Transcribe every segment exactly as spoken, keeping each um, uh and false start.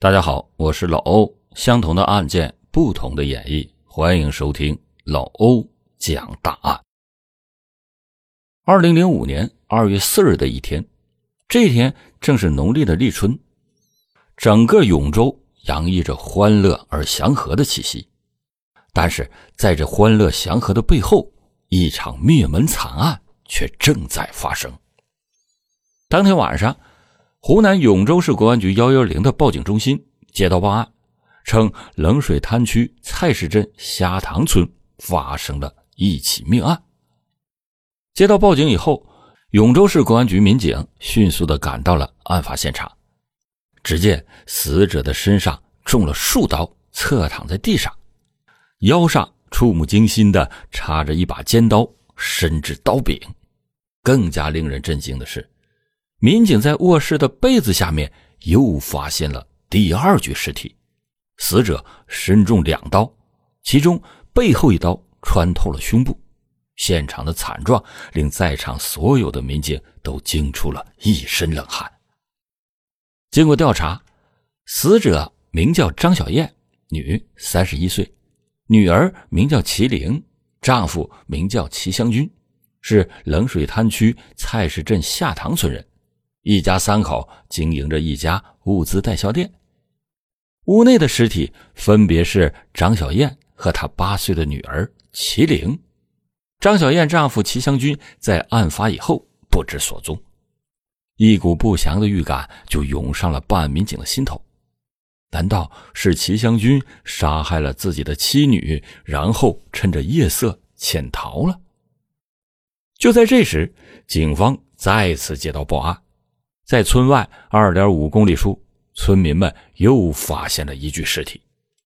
大家好，我是老欧，相同的案件，不同的演绎，欢迎收听老欧讲大案。二零零五年二月四日的一天，这天正是农历的立春，整个永州洋溢着欢乐而祥和的气息。但是在这欢乐祥和的背后，一场灭门惨案却正在发生。当天晚上，湖南永州市公安局一一零的报警中心接到报案，称冷水滩区蔡市镇下塘村发生了一起命案。接到报警以后，永州市公安局民警迅速地赶到了案发现场。只见死者的身上中了数刀，侧躺在地上，腰上触目惊心地插着一把尖刀，深至刀柄。更加令人震惊的是，民警在卧室的被子下面又发现了第二具尸体，死者身中两刀，其中背后一刀穿透了胸部。现场的惨状令在场所有的民警都惊出了一身冷汗。经过调查，死者名叫张小燕，女，三十一岁，女儿名叫齐玲，丈夫名叫齐香军，是冷水滩区蔡市镇下塘村人。一家三口经营着一家物资代销店。屋内的尸体分别是张小燕和她八岁的女儿齐玲。张小燕丈夫齐香军在案发以后不知所踪，一股不祥的预感就涌上了办案民警的心头。难道是齐香军杀害了自己的妻女，然后趁着夜色潜逃了？就在这时，警方再次接到报案，在村外 二点五公里处，村民们又发现了一具尸体。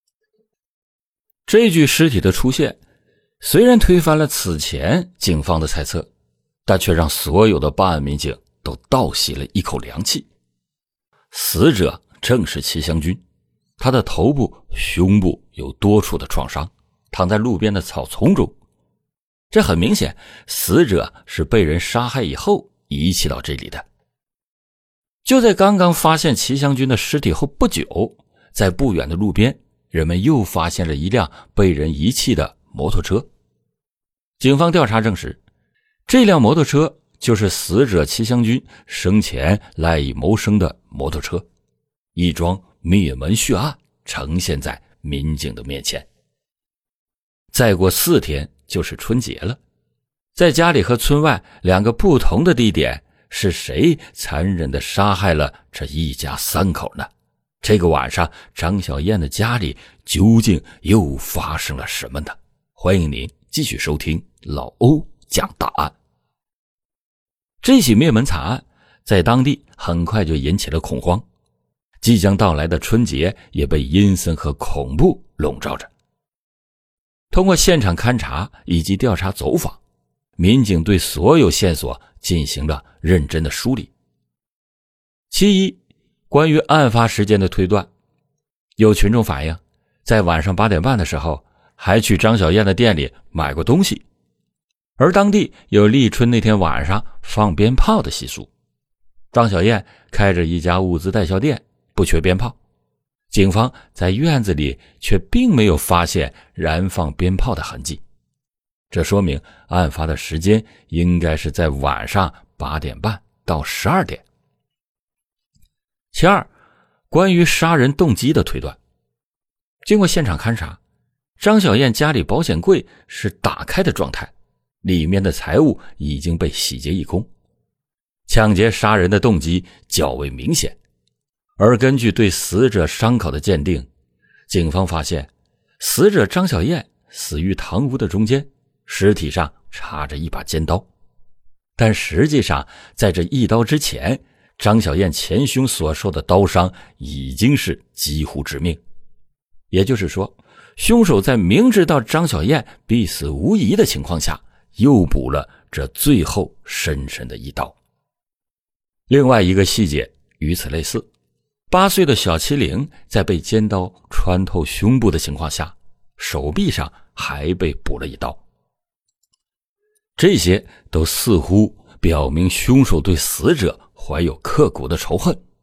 这具尸体的出现虽然推翻了此前警方的猜测，但却让所有的办案民警都倒吸了一口凉气。死者正是齐香军，他的头部、胸部有多处的创伤，躺在路边的草丛中。这很明显，死者是被人杀害以后遗弃到这里的。就在刚刚发现齐香军的尸体后不久，在不远的路边，人们又发现了一辆被人遗弃的摩托车。警方调查证实，这辆摩托车就是死者齐香军生前赖以谋生的摩托车。一桩灭门血案呈现在民警的面前。再过四天就是春节了，在家里和村外两个不同的地点，是谁残忍地杀害了这一家三口呢？这个晚上，张小燕的家里究竟又发生了什么呢？欢迎您继续收听老欧讲大案。这起灭门惨案在当地很快就引起了恐慌，即将到来的春节也被阴森和恐怖笼罩着。通过现场勘查以及调查走访，民警对所有线索进行了认真的梳理。其一，关于案发时间的推断，有群众反映，在晚上八点半的时候，还去张小燕的店里买过东西，而当地有立春那天晚上放鞭炮的习俗。张小燕开着一家物资代销店，不缺鞭炮，警方在院子里却并没有发现燃放鞭炮的痕迹。这说明案发的时间应该是在晚上八点半到十二点。其二，关于杀人动机的推断，经过现场勘查，张小燕家里保险柜是打开的状态，里面的财物已经被洗劫一空，抢劫杀人的动机较为明显。而根据对死者伤口的鉴定，警方发现死者张小燕死于堂屋的中间，尸体上插着一把尖刀，但实际上在这一刀之前，张小燕前胸所受的刀伤已经是几乎致命。也就是说，凶手在明知道张小燕必死无疑的情况下，又补了这最后深深的一刀。另外一个细节与此类似，八岁的小七玲在被尖刀穿透胸部的情况下，手臂上还被补了一刀。这些都似乎表明凶手对死者怀有刻骨的仇恨，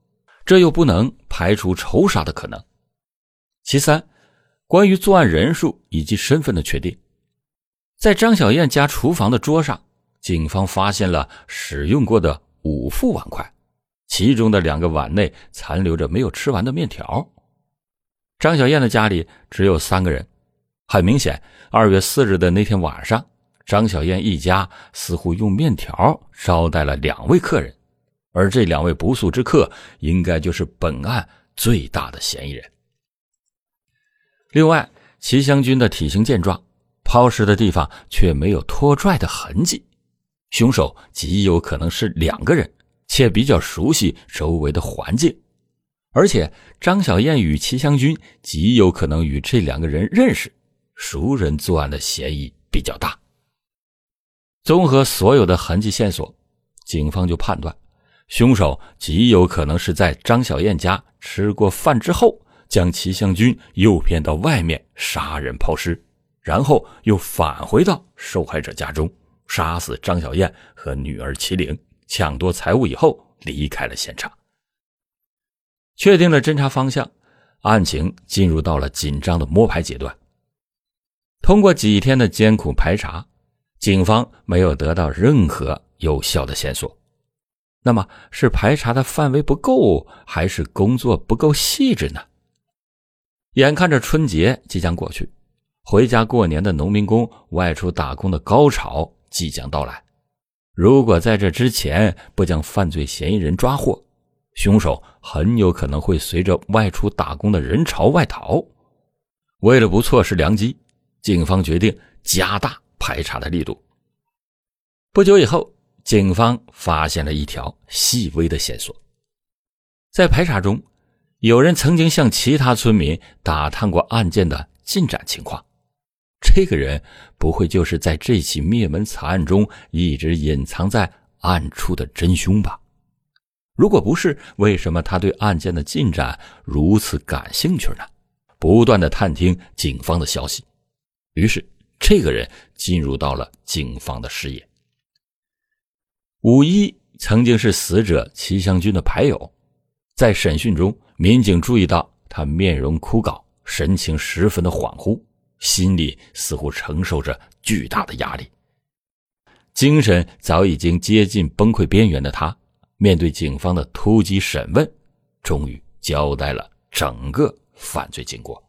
这又不能排除仇杀的可能。其三，关于作案人数以及身份的确定。在张小燕家厨房的桌上，警方发现了使用过的五副碗筷，其中的两个碗内残留着没有吃完的面条。张小燕的家里只有三个人，很明显二月四日的那天晚上，张小燕一家似乎用面条招待了两位客人，而这两位不速之客应该就是本案最大的嫌疑人。另外，齐香君的体型健壮，抛尸的地方却没有拖拽的痕迹，凶手极有可能是两个人，且比较熟悉周围的环境，而且张小燕与齐香君极有可能与这两个人认识，熟人作案的嫌疑比较大。综合所有的痕迹线索，警方就判断凶手极有可能是在张小燕家吃过饭之后，将齐香君诱骗到外面杀人抛尸，然后又返回到受害者家中，杀死张小燕和女儿齐玲，抢夺财物以后离开了现场。确定了侦查方向，案情进入到了紧张的摸排阶段。通过几天的艰苦排查，警方没有得到任何有效的线索。那么是排查的范围不够，还是工作不够细致呢？眼看着春节即将过去，回家过年的农民工外出打工的高潮即将到来。如果在这之前不将犯罪嫌疑人抓获，凶手很有可能会随着外出打工的人潮外逃。为了不错失良机，警方决定加大排查的力度。不久以后，警方发现了一条细微的线索。在排查中，有人曾经向其他村民打探过案件的进展情况。这个人不会就是在这起灭门惨案中一直隐藏在暗处的真凶吧？如果不是，为什么他对案件的进展如此感兴趣呢？不断地探听警方的消息。于是这个人进入到了警方的视野。五一曾经是死者齐香君的牌友，在审讯中，民警注意到他面容枯槁，神情十分的恍惚，心里似乎承受着巨大的压力。精神早已经接近崩溃边缘的他，面对警方的突击审问，终于交代了整个犯罪经过。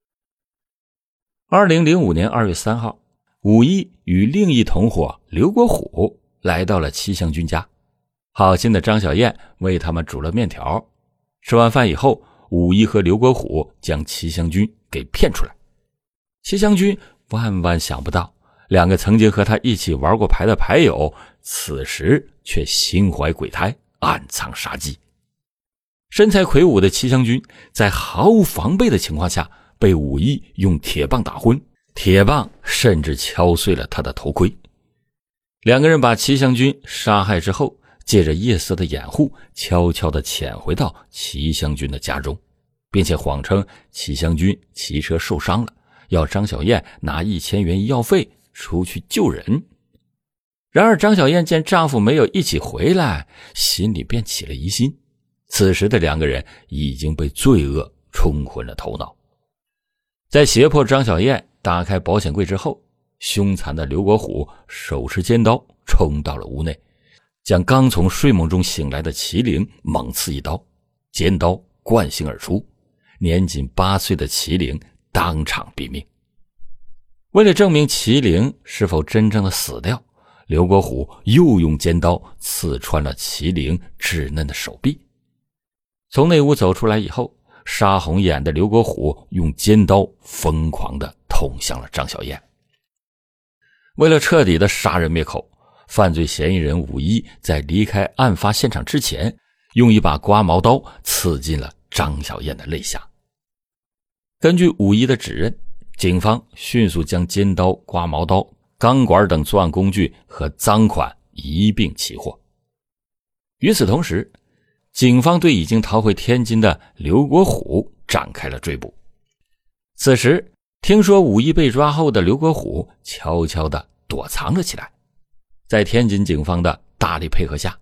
二零零五年二月三号，五一与另一同伙刘国虎来到了齐香君家，好心的张小燕为他们煮了面条。吃完饭以后，五一和刘国虎将齐香君给骗出来。齐香君万万想不到，两个曾经和他一起玩过牌的牌友，此时却心怀鬼胎，暗藏杀机。身材魁梧的齐香君在毫无防备的情况下，被五一用铁棒打昏，铁棒甚至敲碎了他的头盔。两个人把齐香君杀害之后，借着夜色的掩护，悄悄地潜回到齐香君的家中，并且谎称齐香君骑车受伤了，要张小燕拿一千元医药费出去救人。然而张小燕见丈夫没有一起回来，心里便起了疑心。此时的两个人已经被罪恶冲昏了头脑。在胁迫张小燕打开保险柜之后，凶残的刘国虎手持尖刀冲到了屋内，将刚从睡梦中醒来的麒麟猛刺一刀，尖刀贯心而出，年仅八岁的麒麟当场毙命。为了证明麒麟是否真正的死掉，刘国虎又用尖刀刺穿了麒麟稚嫩的手臂。从内屋走出来以后，杀红眼的刘国虎用尖刀疯狂地捅向了张小燕。为了彻底的杀人灭口，犯罪嫌疑人五一在离开案发现场之前，用一把刮毛刀刺进了张小燕的肋下。根据五一的指认，警方迅速将尖刀、刮毛刀、钢管等作案工具和赃款一并起获。与此同时，警方对已经逃回天津的刘国虎展开了追捕。此时听说五一被抓后的刘国虎悄悄地躲藏了起来。在天津警方的大力配合下，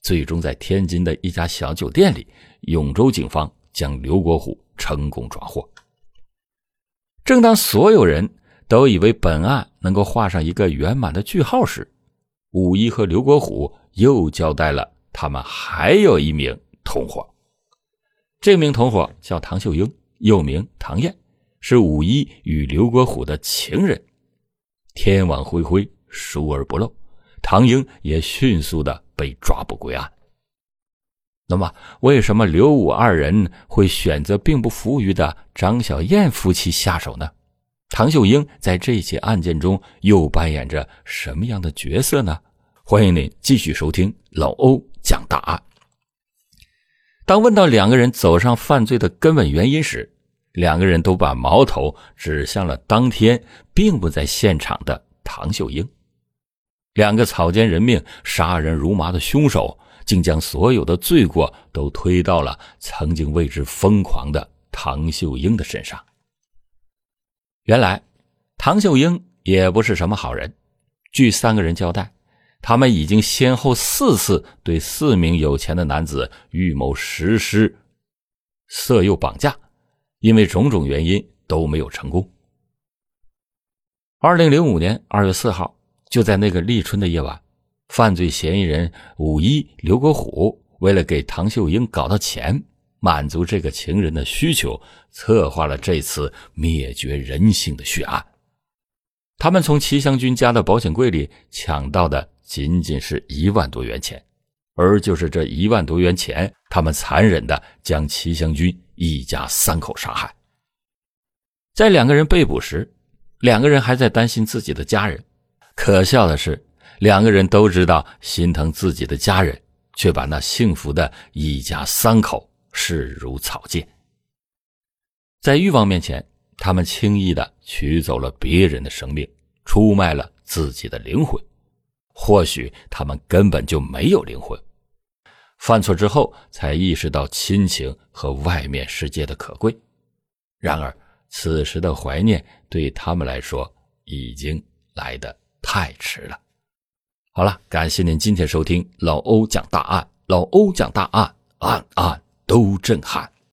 最终在天津的一家小酒店里，永州警方将刘国虎成功抓获。正当所有人都以为本案能够画上一个圆满的句号时，五一和刘国虎又交代了他们还有一名同伙。这名同伙叫唐秀英，又名唐燕，是五一与刘国虎的情人。天网恢恢，疏而不漏，唐英也迅速的被抓捕归案。那么为什么刘武二人会选择并不服于的张小燕夫妻下手呢？唐秀英在这起案件中又扮演着什么样的角色呢？欢迎您继续收听老欧讲大案。当问到两个人走上犯罪的根本原因时，两个人都把矛头指向了当天并不在现场的唐秀英。两个草菅人命、杀人如麻的凶手，竟将所有的罪过都推到了曾经为之疯狂的唐秀英的身上。原来唐秀英也不是什么好人，据三个人交代，他们已经先后四次对四名有钱的男子预谋实施色诱绑架，因为种种原因都没有成功。二零零五年二月四号，就在那个立春的夜晚，犯罪嫌疑人五一刘国虎为了给唐秀英搞到钱，满足这个情人的需求，策划了这次灭绝人性的血案。他们从齐湘军家的保险柜里抢到的仅仅是一万多元钱，而就是这一万多元钱，他们残忍地将齐湘军一家三口杀害。在两个人被捕时，两个人还在担心自己的家人，可笑的是，两个人都知道心疼自己的家人，却把那幸福的一家三口视如草芥。在欲望面前，他们轻易地取走了别人的生命，出卖了自己的灵魂。或许他们根本就没有灵魂，犯错之后才意识到亲情和外面世界的可贵。然而此时的怀念对他们来说已经来得太迟了。好了，感谢您今天收听老欧讲大案，老欧讲大案，案案都震撼。